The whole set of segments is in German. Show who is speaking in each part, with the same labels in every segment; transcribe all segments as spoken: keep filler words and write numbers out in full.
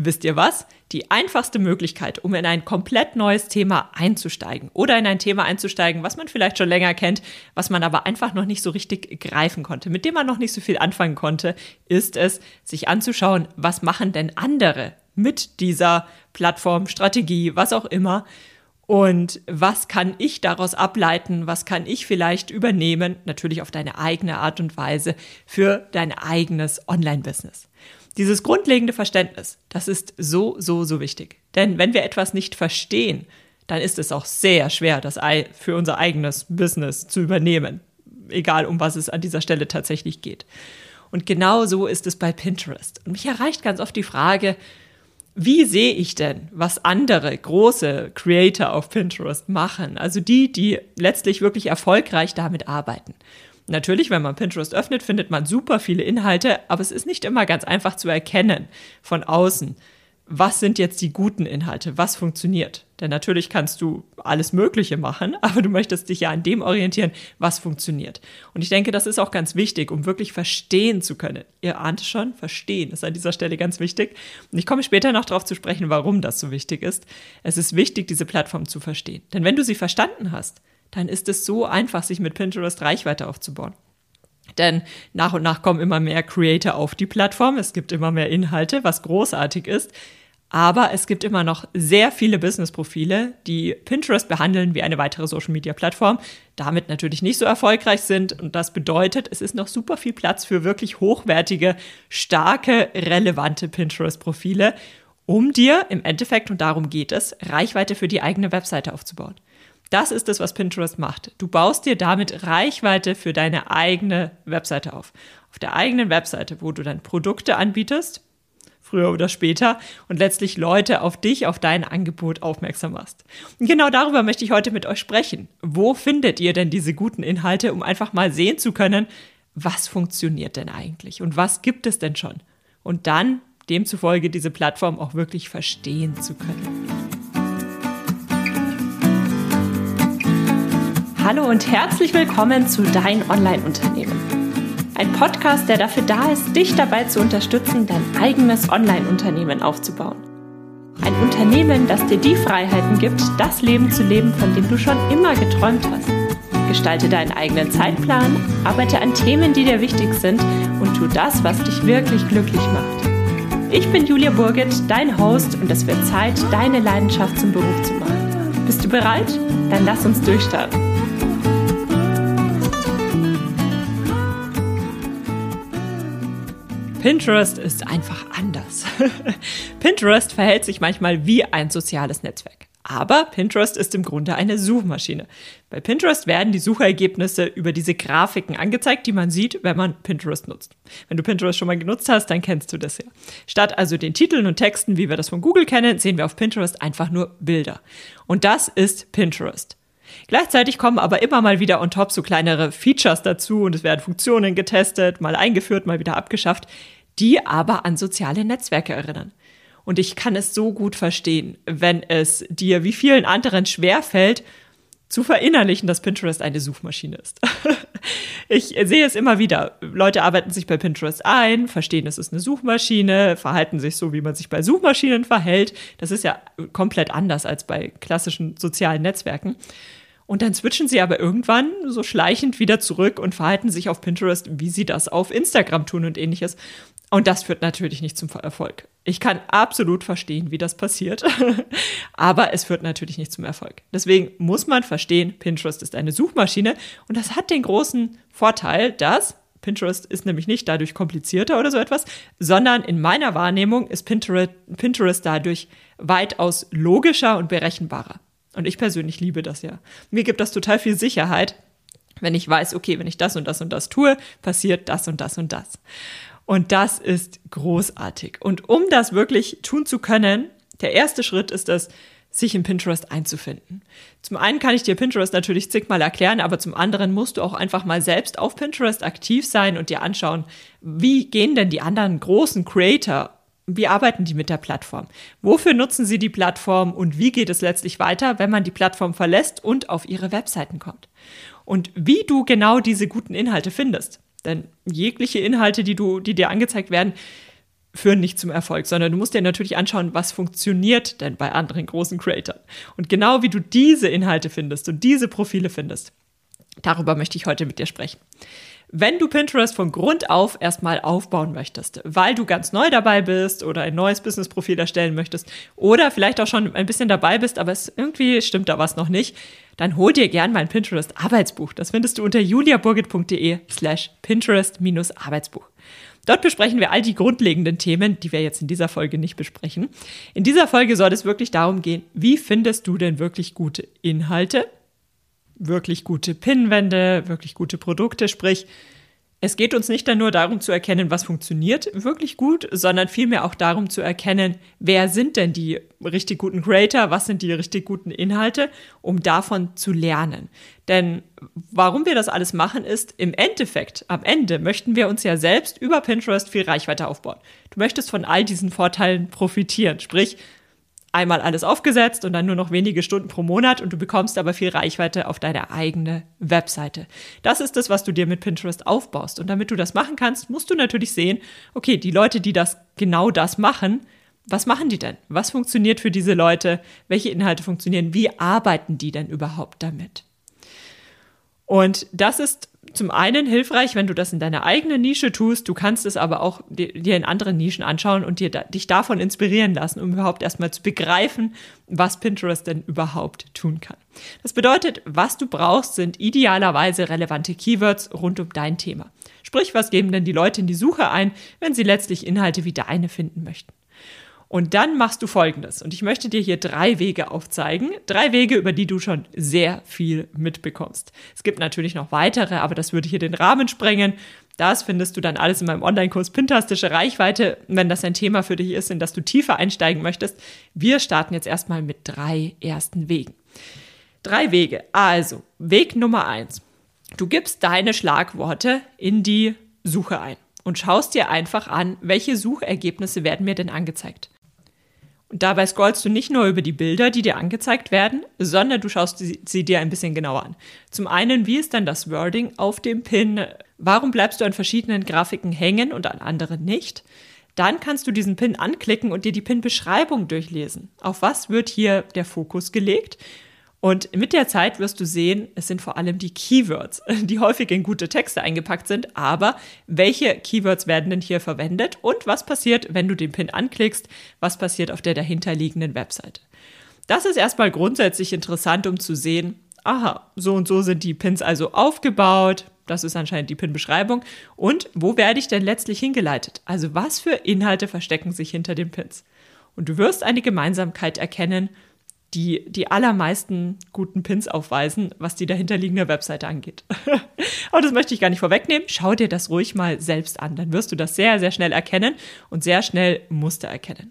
Speaker 1: wisst ihr was? Die einfachste Möglichkeit, um in ein komplett neues Thema einzusteigen oder in ein Thema einzusteigen, was man vielleicht schon länger kennt, was man aber einfach noch nicht so richtig greifen konnte, mit dem man noch nicht so viel anfangen konnte, ist es, sich anzuschauen, was machen denn andere mit dieser Plattform, Strategie, was auch immer. Und was kann ich daraus ableiten, was kann ich vielleicht übernehmen, natürlich auf deine eigene Art und Weise, für dein eigenes Online-Business. Dieses grundlegende Verständnis, das ist so, so, so wichtig. Denn wenn wir etwas nicht verstehen, dann ist es auch sehr schwer, das für unser eigenes Business zu übernehmen, egal um was es an dieser Stelle tatsächlich geht. Und genau so ist es bei Pinterest. Und mich erreicht ganz oft die Frage, wie sehe ich denn, was andere große Creator auf Pinterest machen? Also die, die letztlich wirklich erfolgreich damit arbeiten. Natürlich, wenn man Pinterest öffnet, findet man super viele Inhalte, aber es ist nicht immer ganz einfach zu erkennen von außen, was sind jetzt die guten Inhalte, was funktioniert. Denn natürlich kannst du alles Mögliche machen, aber du möchtest dich ja an dem orientieren, was funktioniert. Und ich denke, das ist auch ganz wichtig, um wirklich verstehen zu können. Ihr ahnt es schon, verstehen ist an dieser Stelle ganz wichtig. Und ich komme später noch darauf zu sprechen, warum das so wichtig ist. Es ist wichtig, diese Plattform zu verstehen. Denn wenn du sie verstanden hast, dann ist es so einfach, sich mit Pinterest Reichweite aufzubauen. Denn nach und nach kommen immer mehr Creator auf die Plattform. Es gibt immer mehr Inhalte, was großartig ist. Aber es gibt immer noch sehr viele Business-Profile, die Pinterest behandeln wie eine weitere Social-Media-Plattform, damit natürlich nicht so erfolgreich sind. Und das bedeutet, es ist noch super viel Platz für wirklich hochwertige, starke, relevante Pinterest-Profile, um dir im Endeffekt, und darum geht es, Reichweite für die eigene Webseite aufzubauen. Das ist es, was Pinterest macht. Du baust dir damit Reichweite für deine eigene Webseite auf. Auf der eigenen Webseite, wo du dann Produkte anbietest, früher oder später, und letztlich Leute auf dich, auf dein Angebot aufmerksam machst. Und genau darüber möchte ich heute mit euch sprechen. Wo findet ihr denn diese guten Inhalte, um einfach mal sehen zu können, was funktioniert denn eigentlich und was gibt es denn schon? Und dann demzufolge diese Plattform auch wirklich verstehen zu können.
Speaker 2: Hallo und herzlich willkommen zu Dein Online-Unternehmen. Ein Podcast, der dafür da ist, dich dabei zu unterstützen, dein eigenes Online-Unternehmen aufzubauen. Ein Unternehmen, das dir die Freiheiten gibt, das Leben zu leben, von dem du schon immer geträumt hast. Gestalte deinen eigenen Zeitplan, arbeite an Themen, die dir wichtig sind und tu das, was dich wirklich glücklich macht. Ich bin Julia Burget, dein Host, und es wird Zeit, deine Leidenschaft zum Beruf zu machen. Bist du bereit? Dann lass uns durchstarten.
Speaker 1: Pinterest ist einfach anders. Pinterest verhält sich manchmal wie ein soziales Netzwerk. Aber Pinterest ist im Grunde eine Suchmaschine. Bei Pinterest werden die Suchergebnisse über diese Grafiken angezeigt, die man sieht, wenn man Pinterest nutzt. Wenn du Pinterest schon mal genutzt hast, dann kennst du das ja. Statt also den Titeln und Texten, wie wir das von Google kennen, sehen wir auf Pinterest einfach nur Bilder. Und das ist Pinterest. Gleichzeitig kommen aber immer mal wieder on top so kleinere Features dazu und es werden Funktionen getestet, mal eingeführt, mal wieder abgeschafft, die aber an soziale Netzwerke erinnern. Und ich kann es so gut verstehen, wenn es dir wie vielen anderen schwerfällt, zu verinnerlichen, dass Pinterest eine Suchmaschine ist. Ich sehe es immer wieder. Leute arbeiten sich bei Pinterest ein, verstehen, es ist eine Suchmaschine, verhalten sich so, wie man sich bei Suchmaschinen verhält. Das ist ja komplett anders als bei klassischen sozialen Netzwerken. Und dann switchen sie aber irgendwann so schleichend wieder zurück und verhalten sich auf Pinterest, wie sie das auf Instagram tun und ähnliches. Und das führt natürlich nicht zum Erfolg. Ich kann absolut verstehen, wie das passiert, aber es führt natürlich nicht zum Erfolg. Deswegen muss man verstehen, Pinterest ist eine Suchmaschine und das hat den großen Vorteil, dass Pinterest ist nämlich nicht dadurch komplizierter oder so etwas, sondern in meiner Wahrnehmung ist Pinterest, Pinterest dadurch weitaus logischer und berechenbarer. Und ich persönlich liebe das ja. Mir gibt das total viel Sicherheit, wenn ich weiß, okay, wenn ich das und das und das tue, passiert das und das und das. Und das ist großartig. Und um das wirklich tun zu können, der erste Schritt ist es, sich in Pinterest einzufinden. Zum einen kann ich dir Pinterest natürlich zigmal erklären, aber zum anderen musst du auch einfach mal selbst auf Pinterest aktiv sein und dir anschauen, wie gehen denn die anderen großen Creator, wie arbeiten die mit der Plattform? Wofür nutzen sie die Plattform und wie geht es letztlich weiter, wenn man die Plattform verlässt und auf ihre Webseiten kommt? Und wie du genau diese guten Inhalte findest. Denn jegliche Inhalte, die du, die dir angezeigt werden, führen nicht zum Erfolg, sondern du musst dir natürlich anschauen, was funktioniert denn bei anderen großen Creatern. Und genau wie du diese Inhalte findest und diese Profile findest, darüber möchte ich heute mit dir sprechen. Wenn du Pinterest von Grund auf erstmal aufbauen möchtest, weil du ganz neu dabei bist oder ein neues Business-Profil erstellen möchtest oder vielleicht auch schon ein bisschen dabei bist, aber es irgendwie stimmt da was noch nicht, dann hol dir gern mein Pinterest-Arbeitsbuch. Das findest du unter juliaburgit.de slash Pinterest-Arbeitsbuch. Dort besprechen wir all die grundlegenden Themen, die wir jetzt in dieser Folge nicht besprechen. In dieser Folge soll es wirklich darum gehen, wie findest du denn wirklich gute Inhalte? Wirklich gute Pinwände, wirklich gute Produkte, sprich, es geht uns nicht dann nur darum zu erkennen, was funktioniert wirklich gut, sondern vielmehr auch darum zu erkennen, wer sind denn die richtig guten Creator, was sind die richtig guten Inhalte, um davon zu lernen. Denn warum wir das alles machen ist, im Endeffekt, am Ende möchten wir uns ja selbst über Pinterest viel Reichweite aufbauen. Du möchtest von all diesen Vorteilen profitieren, sprich, einmal alles aufgesetzt und dann nur noch wenige Stunden pro Monat und du bekommst aber viel Reichweite auf deine eigene Webseite. Das ist das, was du dir mit Pinterest aufbaust. Und damit du das machen kannst, musst du natürlich sehen, okay, die Leute, die das genau das machen, was machen die denn? Was funktioniert für diese Leute? Welche Inhalte funktionieren? Wie arbeiten die denn überhaupt damit? Und das ist zum einen hilfreich, wenn du das in deiner eigenen Nische tust. Du kannst es aber auch dir in anderen Nischen anschauen und dir da, dich davon inspirieren lassen, um überhaupt erstmal zu begreifen, was Pinterest denn überhaupt tun kann. Das bedeutet, was du brauchst, sind idealerweise relevante Keywords rund um dein Thema. Sprich, was geben denn die Leute in die Suche ein, wenn sie letztlich Inhalte wie deine finden möchten? Und dann machst du Folgendes. Und ich möchte dir hier drei Wege aufzeigen. Drei Wege, über die du schon sehr viel mitbekommst. Es gibt natürlich noch weitere, aber das würde hier den Rahmen sprengen. Das findest du dann alles in meinem Online-Kurs Pintastische Reichweite, wenn das ein Thema für dich ist, in das du tiefer einsteigen möchtest. Wir starten jetzt erstmal mit drei ersten Wegen. Drei Wege. Also, Weg Nummer eins. Du gibst deine Schlagworte in die Suche ein und schaust dir einfach an, welche Suchergebnisse werden mir denn angezeigt. Und dabei scrollst du nicht nur über die Bilder, die dir angezeigt werden, sondern du schaust sie, sie dir ein bisschen genauer an. Zum einen, wie ist dann das Wording auf dem Pin? Warum bleibst du an verschiedenen Grafiken hängen und an anderen nicht? Dann kannst du diesen Pin anklicken und dir die Pin-Beschreibung durchlesen. Auf was wird hier der Fokus gelegt? Und mit der Zeit wirst du sehen, es sind vor allem die Keywords, die häufig in gute Texte eingepackt sind. Aber welche Keywords werden denn hier verwendet? Und was passiert, wenn du den Pin anklickst? Was passiert auf der dahinterliegenden Webseite? Das ist erstmal grundsätzlich interessant, um zu sehen, aha, so und so sind die Pins also aufgebaut. Das ist anscheinend die Pin-Beschreibung. Und wo werde ich denn letztlich hingeleitet? Also was für Inhalte verstecken sich hinter den Pins? Und du wirst eine Gemeinsamkeit erkennen, die die allermeisten guten Pins aufweisen, was die dahinterliegende Webseite angeht. Aber das möchte ich gar nicht vorwegnehmen. Schau dir das ruhig mal selbst an. Dann wirst du das sehr, sehr schnell erkennen und sehr schnell Muster erkennen.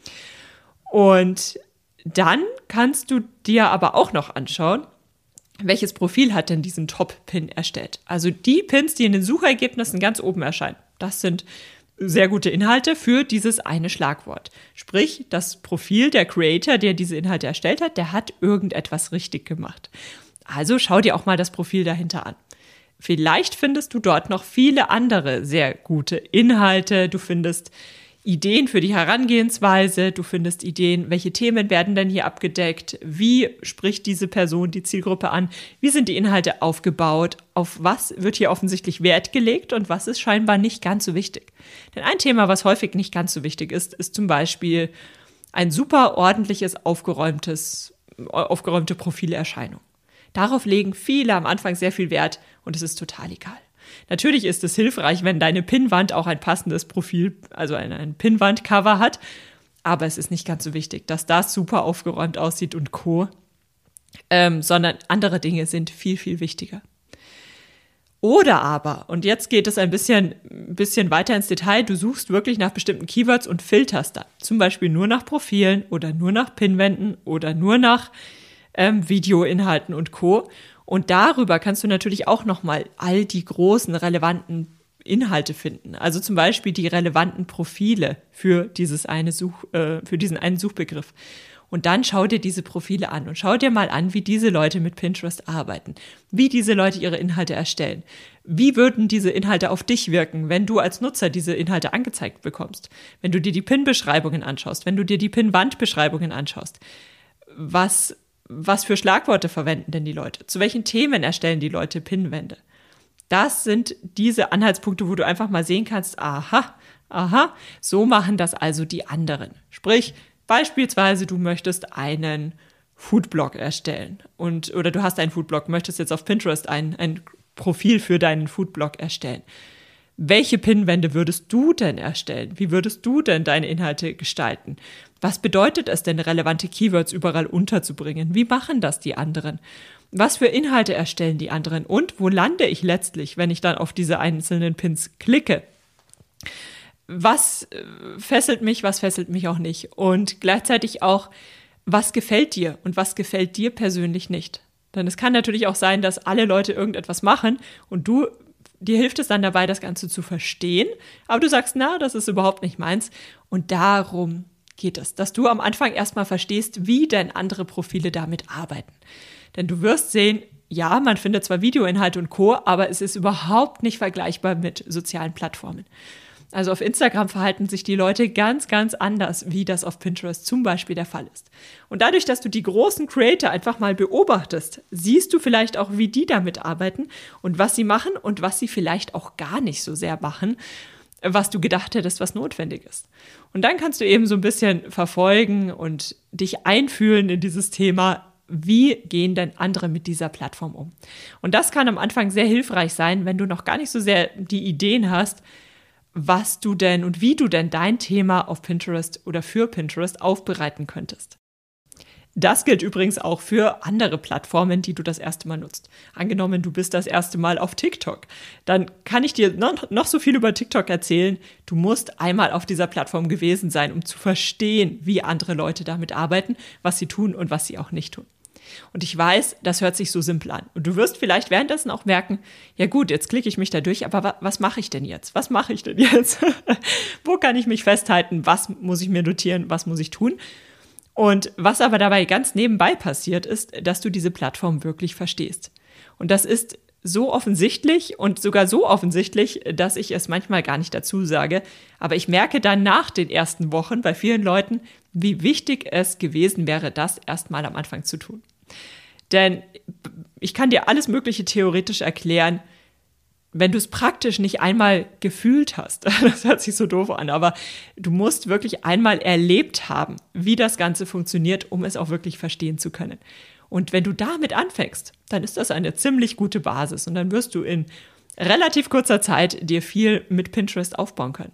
Speaker 1: Und dann kannst du dir aber auch noch anschauen, welches Profil hat denn diesen Top-Pin erstellt. Also die Pins, die in den Suchergebnissen ganz oben erscheinen. Das sind sehr gute Inhalte für dieses eine Schlagwort. Sprich, das Profil der Creator, der diese Inhalte erstellt hat, der hat irgendetwas richtig gemacht. Also schau dir auch mal das Profil dahinter an. Vielleicht findest du dort noch viele andere sehr gute Inhalte. Du findest Ideen für die Herangehensweise, du findest Ideen, welche Themen werden denn hier abgedeckt, wie spricht diese Person die Zielgruppe an, wie sind die Inhalte aufgebaut, auf was wird hier offensichtlich Wert gelegt und was ist scheinbar nicht ganz so wichtig. Denn ein Thema, was häufig nicht ganz so wichtig ist, ist zum Beispiel ein super ordentliches, aufgeräumtes, aufgeräumte Profilerscheinung. Darauf legen viele am Anfang sehr viel Wert und es ist total egal. Natürlich ist es hilfreich, wenn deine Pinnwand auch ein passendes Profil, also ein, ein Pinnwand-Cover hat, aber es ist nicht ganz so wichtig, dass das super aufgeräumt aussieht und Co., ähm, sondern andere Dinge sind viel, viel wichtiger. Oder aber, und jetzt geht es ein bisschen, bisschen weiter ins Detail, du suchst wirklich nach bestimmten Keywords und filterst dann, zum Beispiel nur nach Profilen oder nur nach Pinnwänden oder nur nach ähm, Videoinhalten und Co., und darüber kannst du natürlich auch nochmal all die großen, relevanten Inhalte finden. Also zum Beispiel die relevanten Profile für dieses eine Such, äh, für diesen einen Suchbegriff. Und dann schau dir diese Profile an und schau dir mal an, wie diese Leute mit Pinterest arbeiten, wie diese Leute ihre Inhalte erstellen. Wie würden diese Inhalte auf dich wirken, wenn du als Nutzer diese Inhalte angezeigt bekommst? Wenn du dir die Pin-Beschreibungen anschaust, wenn du dir die Pin-Wand-Beschreibungen anschaust. Was, was für Schlagworte verwenden denn die Leute? Zu welchen Themen erstellen die Leute Pin-Wände? Das sind diese Anhaltspunkte, wo du einfach mal sehen kannst, aha, aha, so machen das also die anderen. Sprich, beispielsweise, du möchtest einen Foodblog erstellen und oder du hast einen Foodblog, möchtest jetzt auf Pinterest ein, ein Profil für deinen Foodblog erstellen. Welche Pinwände würdest du denn erstellen? Wie würdest du denn deine Inhalte gestalten? Was bedeutet es denn, relevante Keywords überall unterzubringen? Wie machen das die anderen? Was für Inhalte erstellen die anderen? Und wo lande ich letztlich, wenn ich dann auf diese einzelnen Pins klicke? Was fesselt mich, was fesselt mich auch nicht? Und gleichzeitig auch, was gefällt dir und was gefällt dir persönlich nicht? Denn es kann natürlich auch sein, dass alle Leute irgendetwas machen und du, dir hilft es dann dabei, das Ganze zu verstehen, aber du sagst, na, das ist überhaupt nicht meins. Und darum geht es, dass du am Anfang erstmal verstehst, wie denn andere Profile damit arbeiten. Denn du wirst sehen, ja, man findet zwar Videoinhalte und Co., aber es ist überhaupt nicht vergleichbar mit sozialen Plattformen. Also auf Instagram verhalten sich die Leute ganz, ganz anders, wie das auf Pinterest zum Beispiel der Fall ist. Und dadurch, dass du die großen Creator einfach mal beobachtest, siehst du vielleicht auch, wie die damit arbeiten und was sie machen und was sie vielleicht auch gar nicht so sehr machen, was du gedacht hättest, was notwendig ist. Und dann kannst du eben so ein bisschen verfolgen und dich einfühlen in dieses Thema, wie gehen denn andere mit dieser Plattform um? Und das kann am Anfang sehr hilfreich sein, wenn du noch gar nicht so sehr die Ideen hast, was du denn und wie du denn dein Thema auf Pinterest oder für Pinterest aufbereiten könntest. Das gilt übrigens auch für andere Plattformen, die du das erste Mal nutzt. Angenommen, du bist das erste Mal auf TikTok, dann kann ich dir noch, noch so viel über TikTok erzählen. Du musst einmal auf dieser Plattform gewesen sein, um zu verstehen, wie andere Leute damit arbeiten, was sie tun und was sie auch nicht tun. Und ich weiß, das hört sich so simpel an. Und du wirst vielleicht währenddessen auch merken, ja gut, jetzt klicke ich mich da durch, aber wa- was mache ich denn jetzt? Was mache ich denn jetzt? Wo kann ich mich festhalten? Was muss ich mir notieren? Was muss ich tun? Und was aber dabei ganz nebenbei passiert, ist, dass du diese Plattform wirklich verstehst. Und das ist so offensichtlich und sogar so offensichtlich, dass ich es manchmal gar nicht dazu sage. Aber ich merke dann nach den ersten Wochen bei vielen Leuten, wie wichtig es gewesen wäre, das erstmal am Anfang zu tun. Denn ich kann dir alles Mögliche theoretisch erklären, wenn du es praktisch nicht einmal gefühlt hast. Das hört sich so doof an, aber du musst wirklich einmal erlebt haben, wie das Ganze funktioniert, um es auch wirklich verstehen zu können. Und wenn du damit anfängst, dann ist das eine ziemlich gute Basis und dann wirst du in relativ kurzer Zeit dir viel mit Pinterest aufbauen können.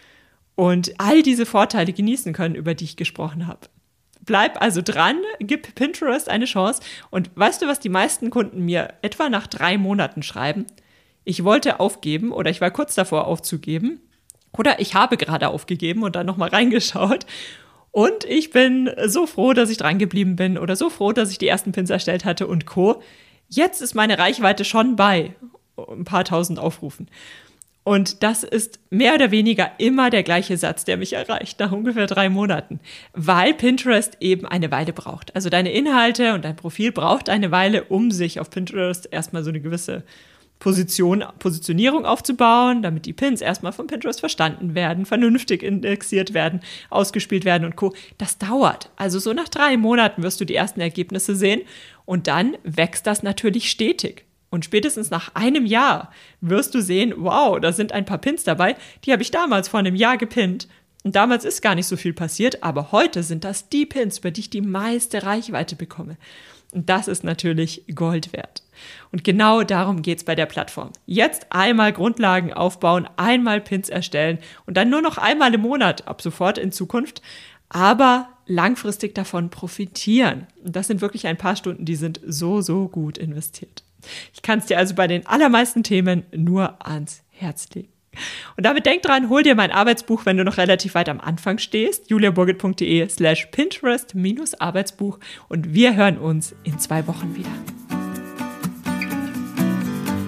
Speaker 1: Und all diese Vorteile genießen können, über die ich gesprochen habe. Bleib also dran, gib Pinterest eine Chance. Und weißt du, was die meisten Kunden mir etwa nach drei Monaten schreiben? Ich wollte aufgeben oder ich war kurz davor aufzugeben oder ich habe gerade aufgegeben und dann nochmal reingeschaut. Und ich bin so froh, dass ich dran geblieben bin oder so froh, dass ich die ersten Pins erstellt hatte und Co. Jetzt ist meine Reichweite schon bei ein paar tausend Aufrufen. Und das ist mehr oder weniger immer der gleiche Satz, der mich erreicht, nach ungefähr drei Monaten, weil Pinterest eben eine Weile braucht. Also deine Inhalte und dein Profil braucht eine Weile, um sich auf Pinterest erstmal so eine gewisse Position, Positionierung aufzubauen, damit die Pins erstmal von Pinterest verstanden werden, vernünftig indexiert werden, ausgespielt werden und Co. Das dauert. Also so nach drei Monaten wirst du die ersten Ergebnisse sehen und dann wächst das natürlich stetig. Und spätestens nach einem Jahr wirst du sehen, wow, da sind ein paar Pins dabei, die habe ich damals vor einem Jahr gepinnt. Und damals ist gar nicht so viel passiert, aber heute sind das die Pins, über die ich die meiste Reichweite bekomme. Und das ist natürlich Gold wert. Und genau darum geht's bei der Plattform. Jetzt einmal Grundlagen aufbauen, einmal Pins erstellen und dann nur noch einmal im Monat, ab sofort in Zukunft, aber langfristig davon profitieren. Und das sind wirklich ein paar Stunden, die sind so, so gut investiert. Ich kann es dir also bei den allermeisten Themen nur ans Herz legen. Und damit denk dran, hol dir mein Arbeitsbuch, wenn du noch relativ weit am Anfang stehst, juliaburgit.de slash Pinterest minus Arbeitsbuch und wir hören uns in zwei Wochen wieder.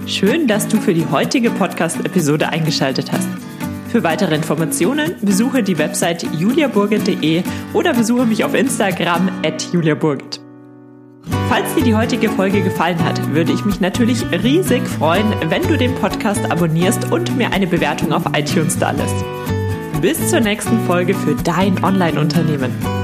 Speaker 2: Schön, dass du für die heutige Podcast-Episode eingeschaltet hast. Für weitere Informationen besuche die Website julia burget punkt de oder besuche mich auf Instagram at julia burget. Falls dir die heutige Folge gefallen hat, würde ich mich natürlich riesig freuen, wenn du den Podcast abonnierst und mir eine Bewertung auf iTunes dalässt. Bis zur nächsten Folge für dein Online-Unternehmen.